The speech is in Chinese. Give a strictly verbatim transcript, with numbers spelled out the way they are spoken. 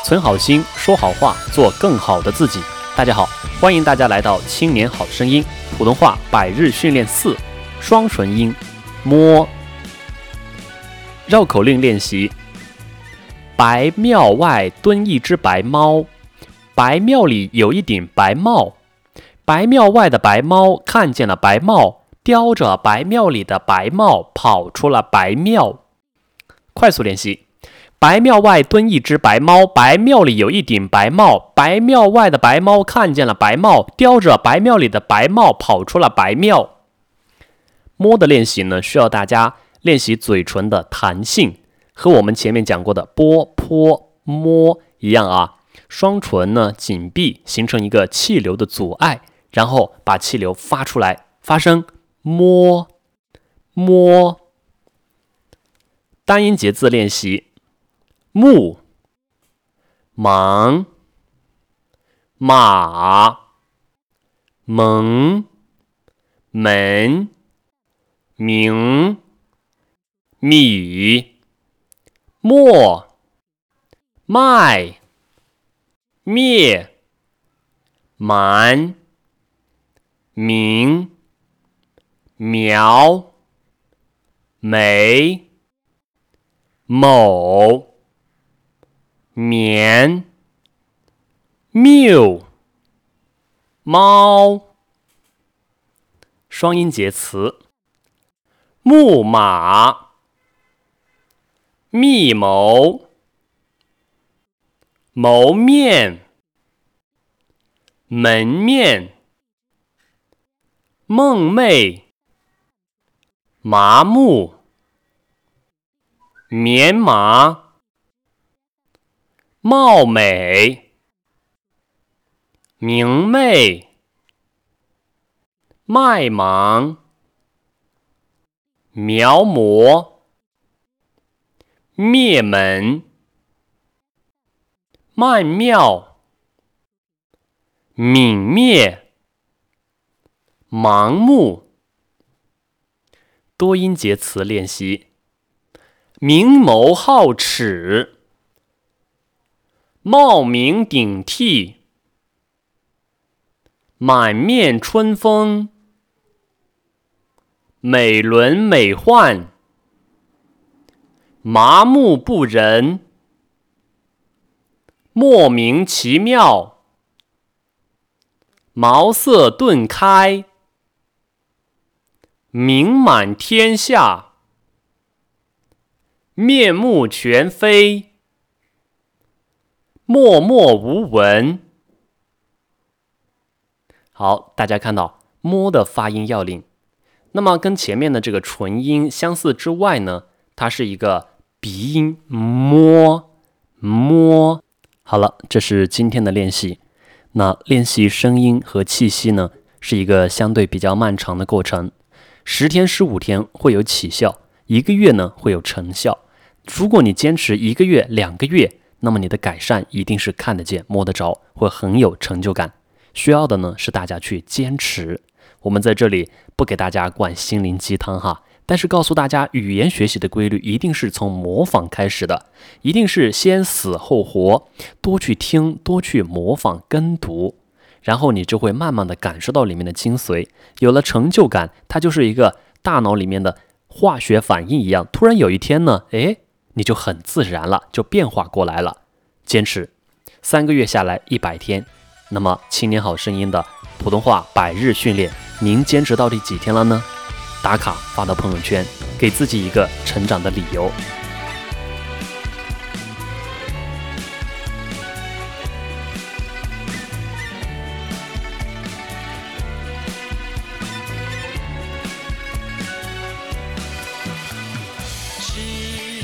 存好心，说好话，做更好的自己。大家好，欢迎大家来到青年好声音普通话百日训练四，双唇音摸。绕口令练习：白庙外蹲一只白猫，白庙里有一顶白帽，白庙外的白猫看见了白帽，叼着白庙里的白帽跑出了白庙。快速练习：白庙外蹲一只白猫，白庙里有一顶白帽，白庙外的白猫看见了白帽，叼着白庙里的白帽跑出了白庙。摸的练习呢，需要大家练习嘴唇的弹性，和我们前面讲过的拨、泼、摸一样啊。双唇呢紧闭，形成一个气流的阻碍，然后把气流发出来，发声摸摸。单音节字练习：木、忙、马、蒙、门、明、米、墨、麦、灭、蛮、明、苗、梅、某、棉、谬、猫。双音节词：木马、密谋、谋面、门面、梦寐、麻木、棉麻、貌美、明媚、麦芒、描摹、灭门、曼妙、泯灭、盲目。多音节词练习：明眸皓齿、冒名顶替、满面春风、美轮美奂、麻木不仁、莫名其妙、茅塞顿开、名满天下、面目全非、默默无闻。好，大家看到摸的发音要领，那么跟前面的这个唇音相似之外呢，它是一个鼻音摸摸。好了，这是今天的练习。那练习声音和气息呢，是一个相对比较漫长的过程。十天、十五天会有起效，一个月呢会有成效。如果你坚持一个月、两个月，那么你的改善一定是看得见、摸得着，会很有成就感。需要的呢是大家去坚持。我们在这里不给大家灌心灵鸡汤哈，但是告诉大家，语言学习的规律一定是从模仿开始的，一定是先死后活，多去听，多去模仿跟读，然后你就会慢慢的感受到里面的精髓，有了成就感，它就是一个大脑里面的化学反应一样，突然有一天呢，诶，你就很自然了，就变化过来了。坚持三个月下来一百天，那么青年好声音的普通话百日训练，您坚持到第几天了呢？打卡发到朋友圈，给自己一个成长的理由。